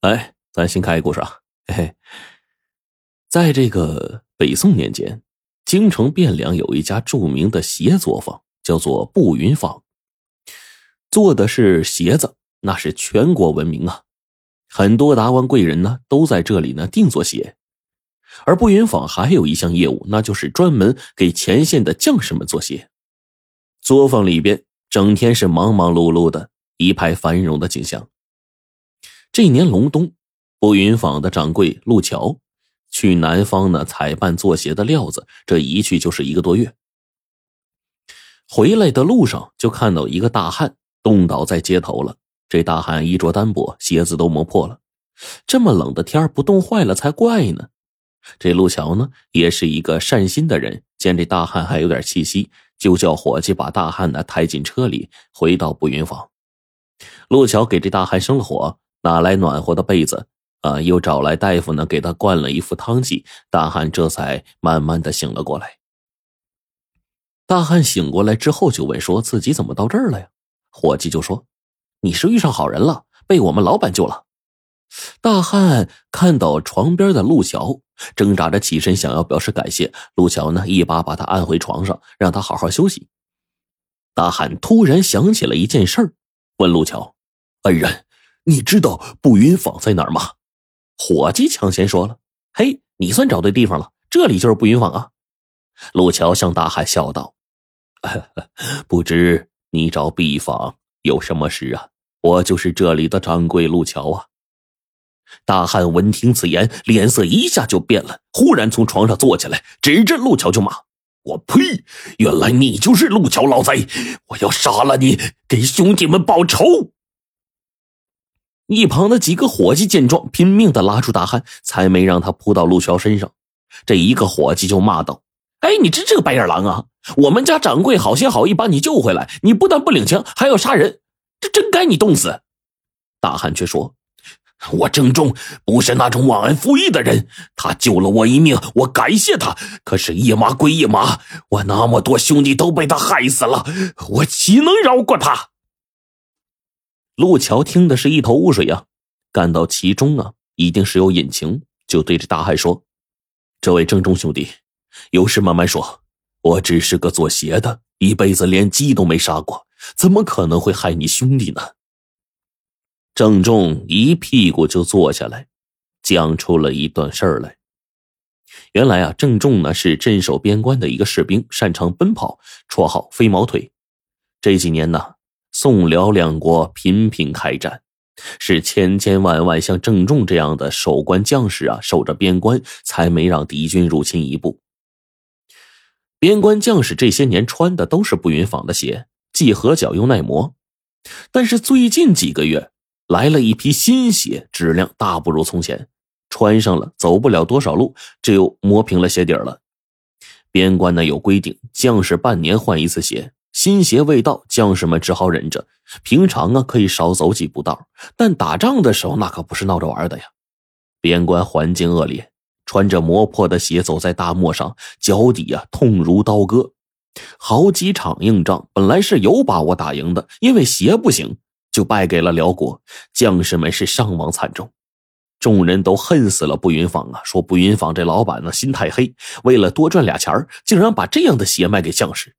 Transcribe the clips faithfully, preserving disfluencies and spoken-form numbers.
哎，咱新开一故事啊，嘿嘿。在这个北宋年间，京城汴梁有一家著名的鞋作坊，叫做步云坊，做的是鞋子，那是全国闻名啊。很多达官贵人呢都在这里呢定做鞋。而步云坊还有一项业务，那就是专门给前线的将士们做鞋。作坊里边整天是忙忙碌碌的，一派繁荣的景象。这一年隆冬，步云坊的掌柜陆桥去南方呢采办做鞋的料子，这一去就是一个多月。回来的路上就看到一个大汉冻倒在街头了。这大汉衣着单薄，鞋子都磨破了。这么冷的天不冻坏了才怪呢。这陆桥呢也是一个善心的人，见这大汉还有点气息，就叫伙计把大汉呢抬进车里，回到步云坊。陆桥给这大汉生了火，拿来暖和的被子啊，又找来大夫呢给他灌了一副汤剂，大汉这才慢慢的醒了过来。大汉醒过来之后就问说自己怎么到这儿了呀？伙计就说你是遇上好人了，被我们老板救了。大汉看到床边的陆桥，挣扎着起身想要表示感谢，陆桥呢一把把他按回床上，让他好好休息。大汉突然想起了一件事儿，问陆桥，恩人，你知道步云坊在哪儿吗？伙计抢先说了，嘿，你算找对地方了，这里就是步云坊啊。陆桥向大汉笑道，不知你找敝坊有什么事啊？我就是这里的掌柜陆桥啊。大汉闻听此言，脸色一下就变了，忽然从床上坐起来，指着陆桥就骂，我呸，原来你就是陆桥老贼，我要杀了你，给兄弟们报仇。一旁的几个伙计见状，拼命地拉住大汉，才没让他扑到陆桥身上。这一个伙计就骂道，哎，你真是个白眼狼啊，我们家掌柜好心好意把你救回来，你不但不领情，还要杀人，这真该你冻死。大汉却说，我郑重不是那种忘恩负义的人，他救了我一命，我感谢他，可是一码归一码，我那么多兄弟都被他害死了，我岂能饶过他？陆桥听的是一头雾水啊，感到其中啊一定是有隐情，就对着大汉说，这位郑重兄弟，有事慢慢说，我只是个做鞋的，一辈子连鸡都没杀过，怎么可能会害你兄弟呢？郑重一屁股就坐下来，讲出了一段事儿来。原来啊，郑重呢是镇守边关的一个士兵，擅长奔跑，绰号飞毛腿。这几年呢，宋辽两国频频开战，是千千万万像郑重这样的守关将士啊，守着边关，才没让敌军入侵一步。边关将士这些年穿的都是步云坊的鞋，既合脚又耐磨。但是最近几个月来了一批新鞋，质量大不如从前，穿上了走不了多少路，就磨平了鞋底了。边关呢有规定，将士半年换一次鞋，新鞋未到，将士们只好忍着。平常啊可以少走几步道，但打仗的时候那可不是闹着玩的呀。边关环境恶劣，穿着磨破的鞋走在大漠上，脚底啊痛如刀割。好几场硬仗本来是有把握打赢的，因为鞋不行，就败给了辽国，将士们是伤亡惨重。众人都恨死了步云坊啊，说步云坊这老板呢心太黑，为了多赚俩钱儿，竟然把这样的鞋卖给将士。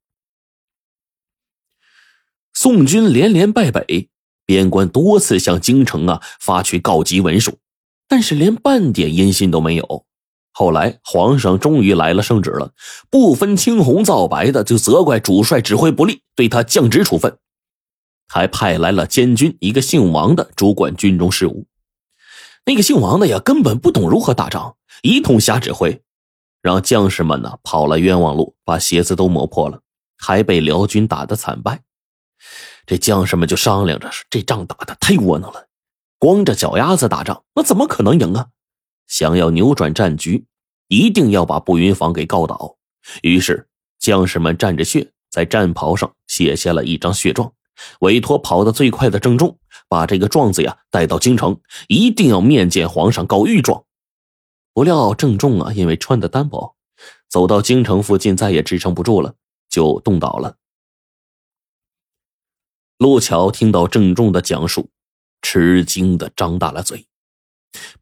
宋军连连败北，边关多次向京城啊发去告急文书，但是连半点音信都没有。后来皇上终于来了圣旨了，不分青红皂白的就责怪主帅指挥不力，对他降职处分，还派来了监军一个姓王的主管军中事务。那个姓王的呀根本不懂如何打仗，一通瞎指挥，让将士们呢跑了冤枉路，把鞋子都磨破了，还被辽军打得惨败。这将士们就商量着，这仗打得太窝囊了，光着脚丫子打仗那怎么可能赢啊？想要扭转战局，一定要把步云坊给告倒。于是将士们蘸着血，在战袍上写下了一张血状，委托跑得最快的郑重把这个状子呀带到京城，一定要面见皇上告御状。不料郑重啊因为穿得单薄，走到京城附近再也支撑不住了，就冻倒了。陆桥听到郑重的讲述，吃惊地张大了嘴，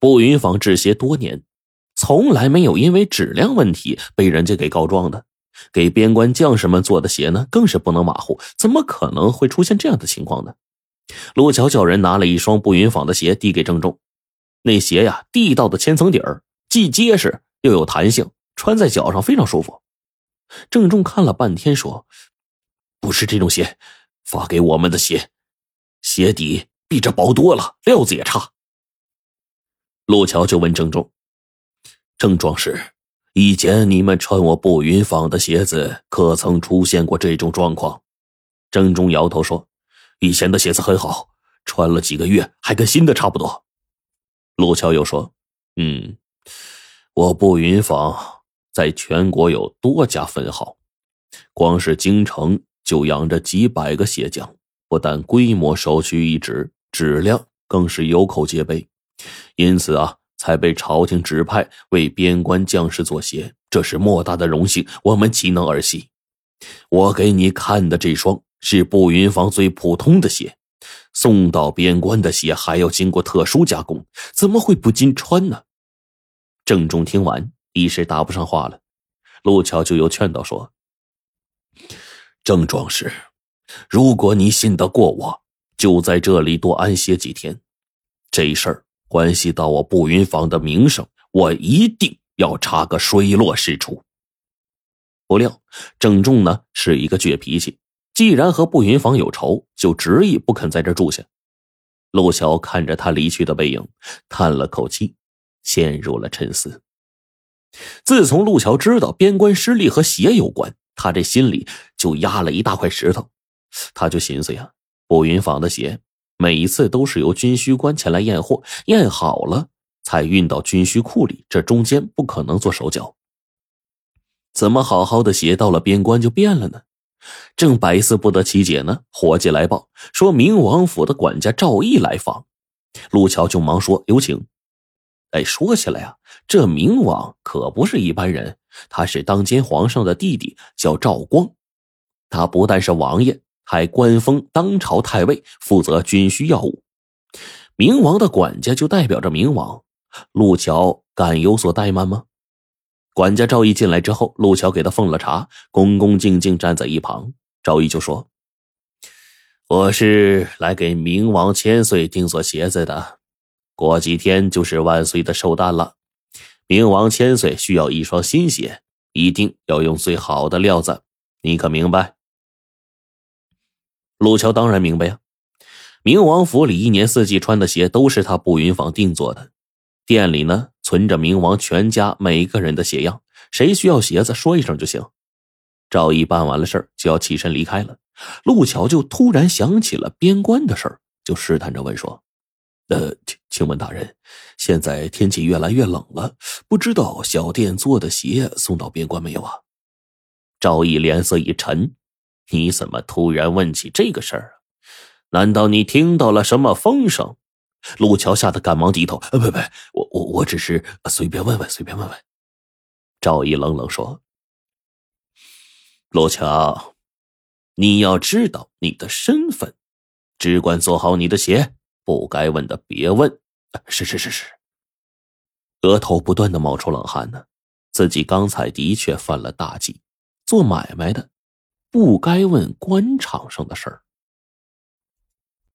步云坊制鞋多年，从来没有因为质量问题被人家给告状的。给边关将士们做的鞋呢，更是不能马虎，怎么可能会出现这样的情况呢？陆桥叫人拿了一双步云坊的鞋递给郑重。那鞋呀，地道的千层底儿，既结实又有弹性，穿在脚上非常舒服。郑重看了半天说，不是这种鞋，发给我们的鞋，鞋底比这薄多了，料子也差。陆桥就问郑重，郑壮士，以前你们穿我步云坊的鞋子，可曾出现过这种状况？郑重摇头说，以前的鞋子很好，穿了几个月还跟新的差不多。陆桥又说，嗯，我步云坊在全国有多家分号，光是京城就养着几百个鞋匠，不但规模首屈一指，质量更是有口皆碑。因此啊，才被朝廷指派为边关将士做鞋，这是莫大的荣幸，我们岂能儿戏？我给你看的这双是步云坊最普通的鞋，送到边关的鞋还要经过特殊加工，怎么会不禁穿呢？郑重听完一时答不上话了。陆桥就又劝道说，郑壮士，如果你信得过我，就在这里多安歇几天，这事儿关系到我步云坊的名声，我一定要查个水落石出。不料郑重呢是一个倔脾气，既然和步云坊有仇，就执意不肯在这住下。陆桥看着他离去的背影，叹了口气，陷入了沉思。自从陆桥知道边关失利和鞋有关，他这心里就压了一大块石头。他就寻思呀，步云坊的鞋每一次都是由军需官前来验货，验好了才运到军需库里，这中间不可能做手脚。怎么好好的鞋到了边关就变了呢？正百思不得其解呢，伙计来报说明王府的管家赵毅来访。陆桥就忙说有请。哎，说起来啊，这明王可不是一般人，他是当今皇上的弟弟，叫赵光。他不但是王爷，还官封当朝太尉，负责军需要务。明王的管家就代表着明王，陆桥敢有所怠慢吗？管家赵毅进来之后，陆桥给他奉了茶，恭恭敬敬站在一旁。赵毅就说，我是来给明王千岁定做鞋子的，过几天就是万岁的寿诞了，明王千岁需要一双新鞋，一定要用最好的料子，你可明白？陆桥当然明白呀，明王府里一年四季穿的鞋都是他步云坊定做的，店里呢存着明王全家每个人的鞋样，谁需要鞋子说一声就行。赵毅办完了事儿就要起身离开了，陆桥就突然想起了边关的事儿，就试探着问说，呃，请问大人，现在天气越来越冷了，不知道小店做的鞋送到边关没有啊？赵毅脸色一沉，你怎么突然问起这个事儿啊？难道你听到了什么风声？陆桥吓得赶忙低头，呃，不不，我我我只是随便问问，随便问问。赵毅冷冷说，陆桥，你要知道你的身份，只管做好你的鞋，不该问的别问。是是是是。额头不断的冒出冷汗呢，自己刚才的确犯了大忌，做买卖的不该问官场上的事儿。